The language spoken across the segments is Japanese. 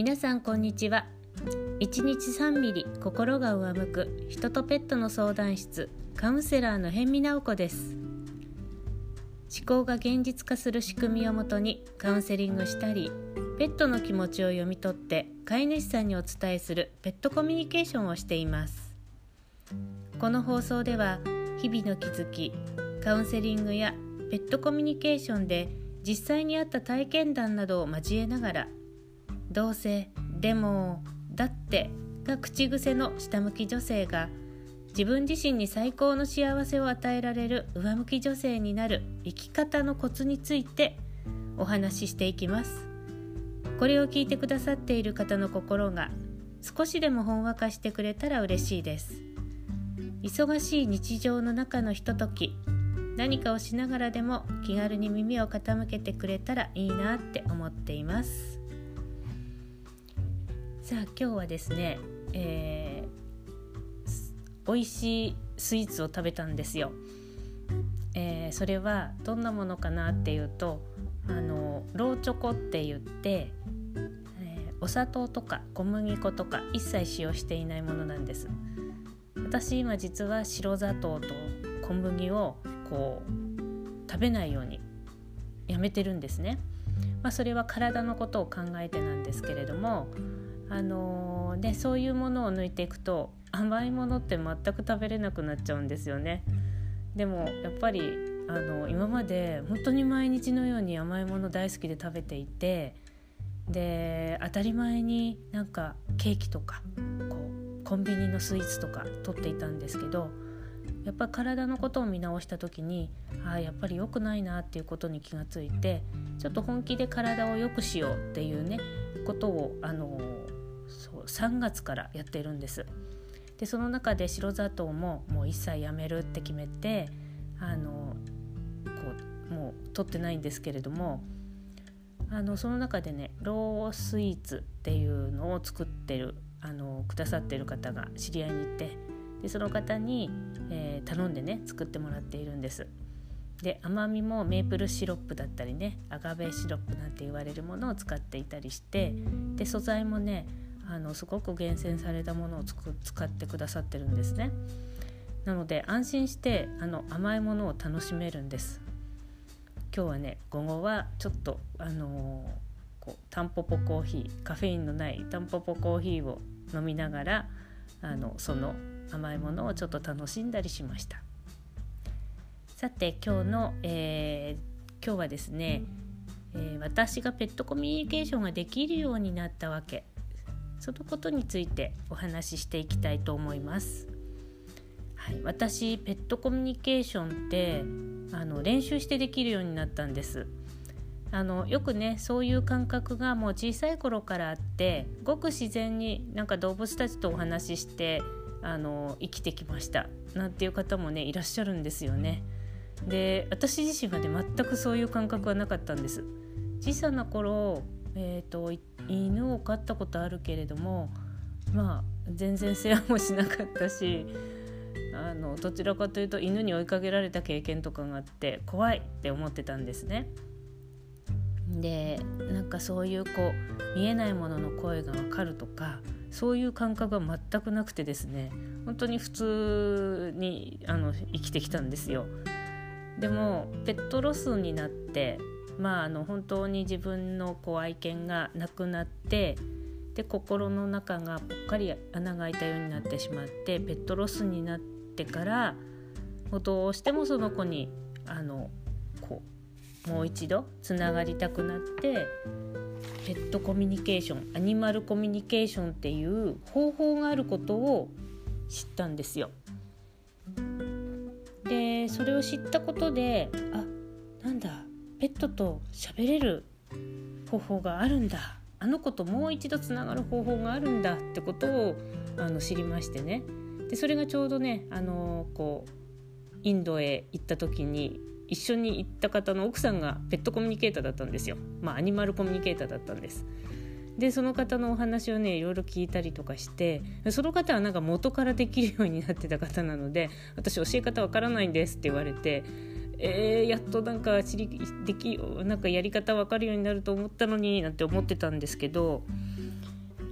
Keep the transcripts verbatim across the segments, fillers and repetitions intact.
皆さんこんにちは。いちにちさんミリ心が上向く人とペットの相談室、カウンセラーの辺見直子です。思考が現実化する仕組みをもとにカウンセリングしたり、ペットの気持ちを読み取って飼い主さんにお伝えするペットコミュニケーションをしています。この放送では日々の気づき、カウンセリングやペットコミュニケーションで実際にあった体験談などを交えながら、どうせ、でも、だってが口癖の下向き女性が自分自身に最高の幸せを与えられる上向き女性になる生き方のコツについてお話ししていきます。これを聞いてくださっている方の心が少しでもほんわかしてくれたら嬉しいです。忙しい日常の中のひととき、何かをしながらでも気軽に耳を傾けてくれたらいいなって思っています。さあ今日はですね、えー、美味しいスイーツを食べたんですよ。えー、それはどんなものかなっていうと、あのローチョコって言って、えー、お砂糖とか小麦粉とか一切使用していないものなんです。私今実は白砂糖と小麦をこう食べないようにやめてるんですね。まあ、それは体のことを考えてなんですけれども、あのーね、そういうものを抜いていくと甘いものって全く食べれなくなっちゃうんですよね。でもやっぱりあの今まで本当に毎日のように甘いもの大好きで食べていて、で当たり前になんかケーキとかこうコンビニのスイーツとか取っていたんですけど、やっぱり体のことを見直した時にあやっぱり良くないなっていうことに気がついて、ちょっと本気で体を良くしようっていうねことをあのそうさんがつからやっているんです。でその中で白砂糖ももう一切やめるって決めて、あのこうもう取ってないんですけれども、あのその中でねロースイーツっていうのを作ってるあのくださってる方が知り合いにいて、でその方に、えー、頼んでね作ってもらっているんです。で甘みもメープルシロップだったりね、アガベシロップなんて言われるものを使っていたりして、で素材もねあのすごく厳選されたものをつく使ってくださってるんですね。なので安心してあの甘いものを楽しめるんです。今日はね午後はちょっとあのー、こうタンポポコーヒー、カフェインのないタンポポコーヒーを飲みながらあのその甘いものをちょっと楽しんだりしました。さて今日の、えー、今日はですね、えー、私がペットコミュニケーションができるようになったわけ、そのことについてお話ししていきたいと思います。はい、私ペットコミュニケーションってあの練習してできるようになったんです。あのよくねそういう感覚がもう小さい頃からあって、ごく自然になんか動物たちとお話ししてあの生きてきましたなんていう方もねいらっしゃるんですよね。で私自身はね全くそういう感覚はなかったんです。小さな頃、えーと、犬を飼ったことあるけれども、まあ全然世話もしなかったし、あのどちらかというと犬に追いかけられた経験とかがあって怖いって思ってたんですね。でなんかそういうこう見えないものの声が分かるとか、そういう感覚が全くなくてですね、本当に普通にあの生きてきたんですよ。でもペットロスになって、まあ、あの本当に自分のこう愛犬が亡くなって、で心の中がぽっかり穴が開いたようになってしまって、ペットロスになってからもうどうしてもその子にあのこうもう一度つながりたくなって、ペットコミュニケーション、アニマルコミュニケーションっていう方法があることを知ったんですよ。でそれを知ったことで、あ、なんだペットと喋れる方法があるんだ、あの子ともう一度つながる方法があるんだってことをあの知りましてね。でそれがちょうどねあのこうインドへ行った時に一緒に行った方の奥さんがペットコミュニケーターだったんですよ。まあアニマルコミュニケーターだったんです。でその方のお話をねいろいろ聞いたりとかして、その方はなんか元からできるようになってた方なので、私教え方わからないんですって言われて、えー、やっとなんか知りできなんかやり方わかるようになると思ったのになんて思ってたんですけど、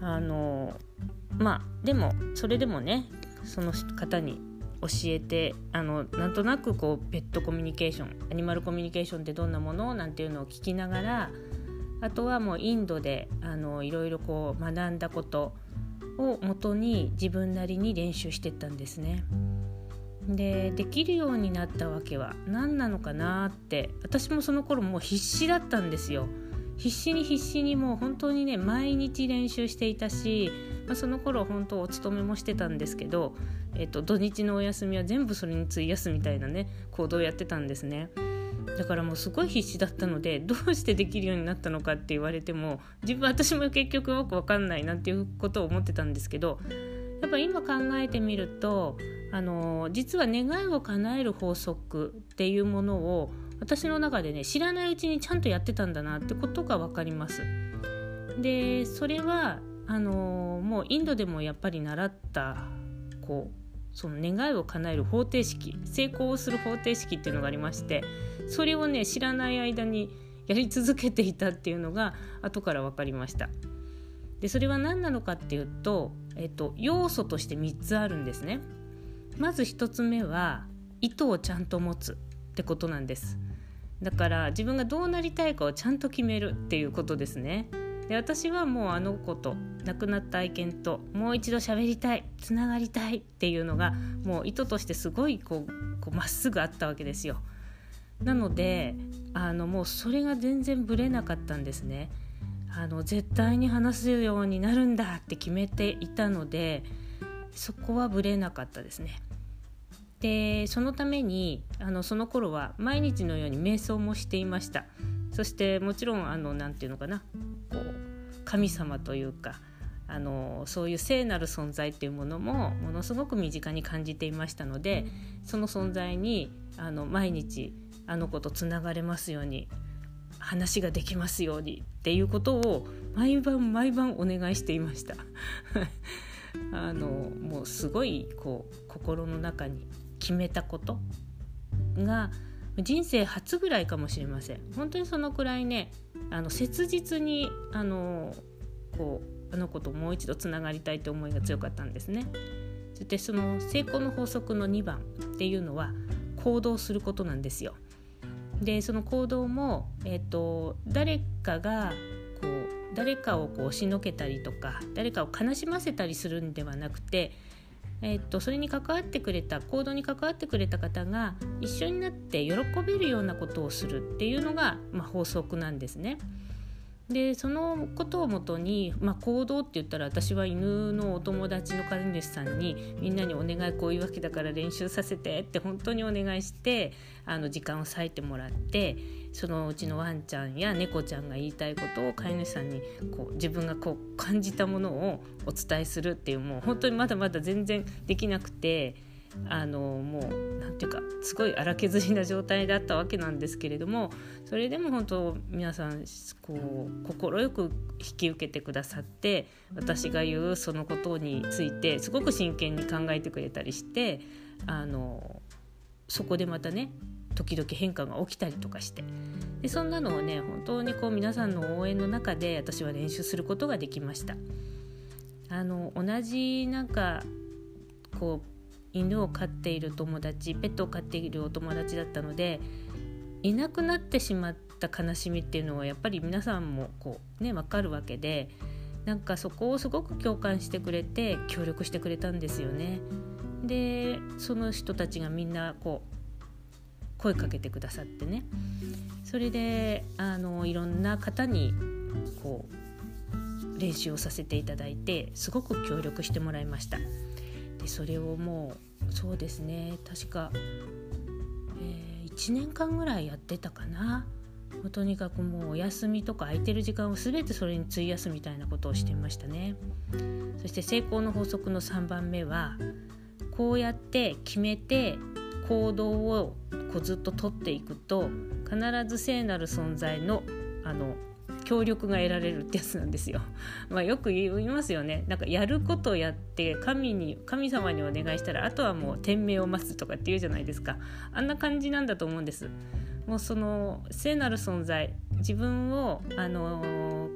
あのまあでもそれでもねその方に教えてあのなんとなくこうペットコミュニケーションアニマルコミュニケーションってどんなものなんていうのを聞きながら、あとはもうインドであのいろいろこう学んだことを元に自分なりに練習していったんですね。でできるようになったわけは何なのかなって、私もその頃もう必死だったんですよ。必死に必死にもう本当にね毎日練習していたし、まあ、その頃本当お勤めもしてたんですけど、えっと、土日のお休みは全部それに費やすみたいなね行動をやってたんですね。だからもうすごい必死だったので、どうしてできるようになったのかって言われても自分私も結局よく分かんないなっていうことを思ってたんですけど、やっぱ今考えてみるとあの実は願いを叶える法則っていうものを私の中でね知らないうちにちゃんとやってたんだなってことが分かります。でそれはあのもうインドでもやっぱり習ったこうその願いを叶える方程式、成功をする方程式っていうのがありまして、それをね知らない間にやり続けていたっていうのが後から分かりました。でそれは何なのかっていうと、えっと、要素としてみっつあるんですね。まずひとつめは意図をちゃんと持つってことなんです。だから自分がどうなりたいかをちゃんと決めるっていうことですね。で私はもうあの子と亡くなった愛犬ともう一度喋りたい、つながりたいっていうのがもう意図としてすごいこう、こうまっすぐあったわけですよ。なのであのもうそれが全然ぶれなかったんですね。あの絶対に話すようになるんだって決めていたので、そこはぶれなかったですね。でそのためにあのその頃は毎日のように瞑想もしていました。そしてもちろんあのなんていうのかな、こう神様というかあのそういう聖なる存在っていうものもものすごく身近に感じていましたので、その存在にあの毎日あの子とつながれますように、話ができますようにっていうことを毎晩毎晩お願いしていましたあのもうすごいこう心の中に決めたことが人生初ぐらいかもしれません。本当にそのくらいねあの切実にあのこうあの子ともう一度つながりたいという思いが強かったんですね。そしてその成功の法則のにばんっていうのは行動することなんですよ。でその行動も、えーと、誰かがこう誰かをこう押しのけたりとか誰かを悲しませたりするんではなくて、えーと、それに関わってくれた行動に関わってくれた方が一緒になって喜べるようなことをするっていうのが、まあ、法則なんですね。でそのことをもとに、まあ、行動って言ったら私は犬のお友達の飼い主さんにみんなにお願いこういうわけだから練習させてって本当にお願いしてあの時間を割いてもらって、そのうちのワンちゃんや猫ちゃんが言いたいことを飼い主さんにこう自分がこう感じたものをお伝えするっていう、もう本当にまだまだ全然できなくて、あのもうなんていうかすごい荒削りな状態だったわけなんですけれども、それでも本当皆さんこう快く引き受けてくださって、私が言うそのことについてすごく真剣に考えてくれたりして、あのそこでまたね時々変化が起きたりとかして、でそんなのをね本当にこう皆さんの応援の中で私は練習することができました。あの同じなんかこう犬を飼っている友達、ペットを飼っているお友達だったので、いなくなってしまった悲しみっていうのはやっぱり皆さんもこうね分かるわけで、なんかそこをすごく共感してくれて協力してくれたんですよね。でその人たちがみんなこう声かけてくださってね、それであのいろんな方にこう練習をさせていただいてすごく協力してもらいました。でそれをもうそうですね確か、えー、いちねんかんぐらいやってたかな。もうとにかくもうお休みとか空いてる時間を全てそれに費やすみたいなことをしていましたね。そして成功の法則のさんばんめは、こうやって決めて行動をこうずっと取っていくと必ず聖なる存在のあの協力が得られるってやつなんですよ。まあよく言いますよね。なんかやることやって神に神様にお願いしたらあとはもう天命を待つとかって言うじゃないですか。あんな感じなんだと思うんです。もうその聖なる存在、自分をあの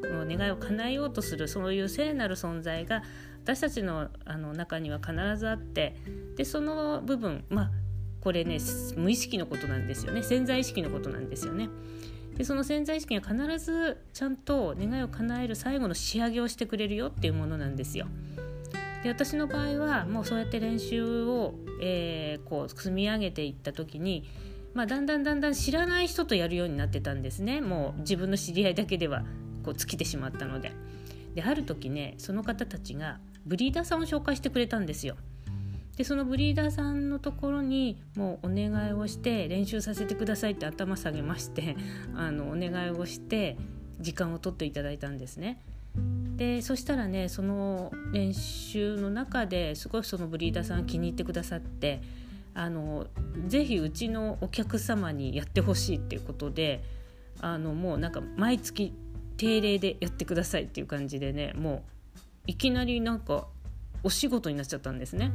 願いを叶えようとするそういう聖なる存在が私たちの、あの中には必ずあって、でその部分、まあこれね無意識のことなんですよね。潜在意識のことなんですよね。でその潜在意識が必ずちゃんと願いを叶える最後の仕上げをしてくれるよっていうものなんですよ。で私の場合はもうそうやって練習を、えー、こう積み上げていった時に、まあ、だんだんだんだん知らない人とやるようになってたんですね。もう自分の知り合いだけではこう尽きてしまったので。である時ね、その方たちがブリーダーさんを紹介してくれたんですよ。でそのブリーダーさんのところにもうお願いをして練習させてくださいって頭下げましてあのお願いをして時間を取っていただいたんですね。でそしたらね、その練習の中ですごいそのブリーダーさん気に入ってくださって、あのぜひうちのお客様にやってほしいっていうことで、あのもうなんか毎月定例でやってくださいっていう感じでね、もういきなりなんかお仕事になっちゃったんですね。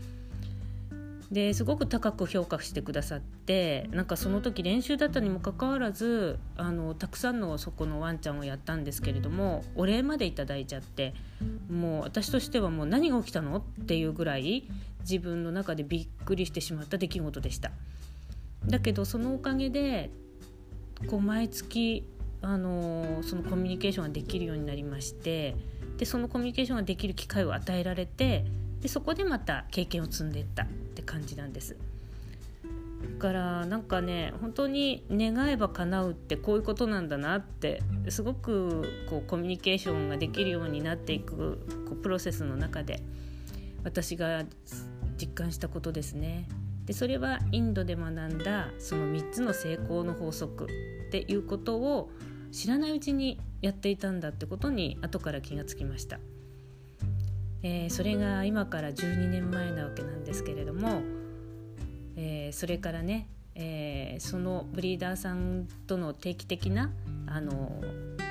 ですごく高く評価してくださって、なんかその時練習だったにもかかわらずあのたくさんのそこのワンちゃんをやったんですけれども、お礼までいただいちゃって、もう私としてはもう何が起きたのっていうぐらい自分の中でびっくりしてしまった出来事でした。だけどそのおかげでこう毎月あのそのコミュニケーションができるようになりまして、でそのコミュニケーションができる機会を与えられて、でそこでまた経験を積んでいったって感じなんです。だからなんかね、本当に願えば叶うってこういうことなんだなって、すごくこうコミュニケーションができるようになっていくこうプロセスの中で私が実感したことですね。でそれはインドで学んだそのみっつの成功の法則っていうことを知らないうちにやっていたんだってことに後から気がつきました。えー、それが今からじゅうにねんまえなわけなんですけれども、えー、それからね、えー、そのブリーダーさんとの定期的なあのこ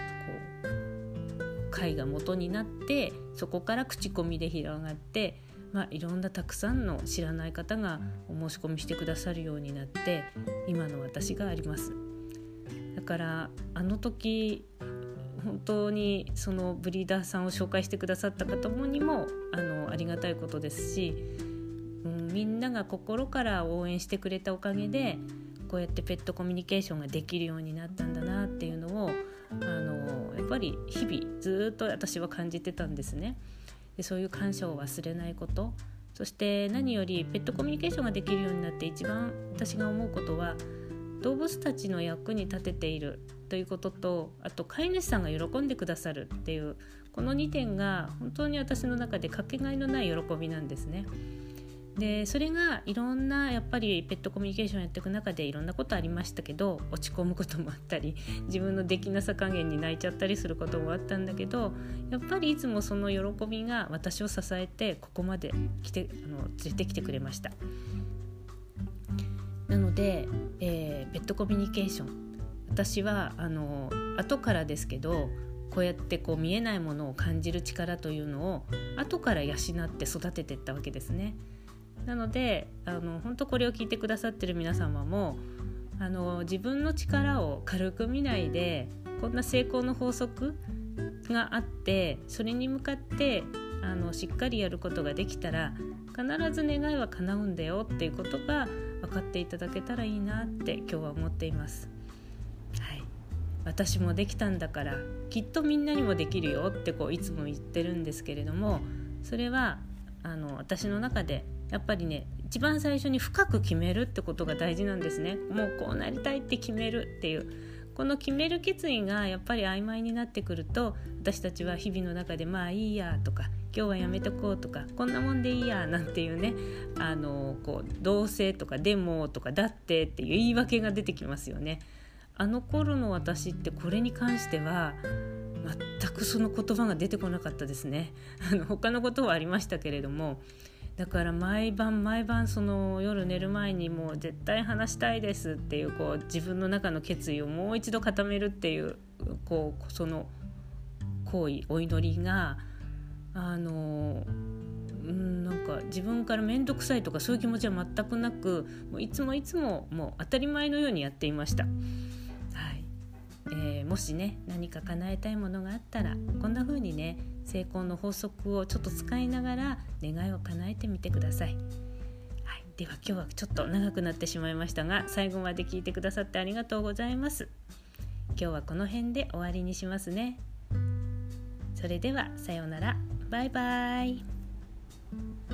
う会が元になって、そこから口コミで広がって、まあ、いろんなたくさんの知らない方がお申し込みしてくださるようになって、今の私があります。だからあの時本当にそのブリーダーさんを紹介してくださった方もにも あのありがたいことですし、うん、みんなが心から応援してくれたおかげでこうやってペットコミュニケーションができるようになったんだなっていうのをあのやっぱり日々ずっと私は感じてたんですね。でそういう感謝を忘れないこと、そして何よりペットコミュニケーションができるようになって一番私が思うことは、動物たちの役に立てているということと、あと飼い主さんが喜んでくださるっていうこのにてんが本当に私の中でかけがえのない喜びなんですね。でそれがいろんなやっぱりペットコミュニケーションやっていく中でいろんなことありましたけど、落ち込むこともあったり、自分のできなさ加減に泣いちゃったりすることもあったんだけど、やっぱりいつもその喜びが私を支えてここまで来てあの連れてきてくれました。なので、えー、ペットコミュニケーション、私はあの後からですけど、こうやってこう見えないものを感じる力というのを後から養って育てていったわけですね。なのであの本当これを聞いてくださってる皆様もあの自分の力を軽く見ないで、こんな成功の法則があって、それに向かってあのしっかりやることができたら必ず願いは叶うんだよっていうことが分かっていただけたらいいなって今日は思っています。はい、私もできたんだからきっとみんなにもできるよってこういつも言ってるんですけれども、それはあの私の中でやっぱりね、一番最初に深く決めるってことが大事なんですね。もうこうなりたいって決めるっていう、この決める決意がやっぱり曖昧になってくると、私たちは日々の中でまあいいやとか、今日はやめとこうとか、こんなもんでいいやなんていうね、あのこうどうせとかでもとかだってっていう言い訳が出てきますよね。あの頃の私ってこれに関しては全くその言葉が出てこなかったですね。あの他のことはありましたけれども、だから毎晩毎晩その夜寝る前にもう絶対話したいですっていう、こう自分の中の決意をもう一度固めるっていう、こうその行為、お祈りがあのうんなんか自分から面倒くさいとかそういう気持ちは全くなく、もういつもいつももう当たり前のようにやっていました。はい、 えー、もしね何か叶えたいものがあったらこんな風にね成功の法則をちょっと使いながら願いを叶えてみてください。はい、では今日はちょっと長くなってしまいましたが、最後まで聞いてくださってありがとうございます。今日はこの辺で終わりにしますね。それではさようなら、バイバイ。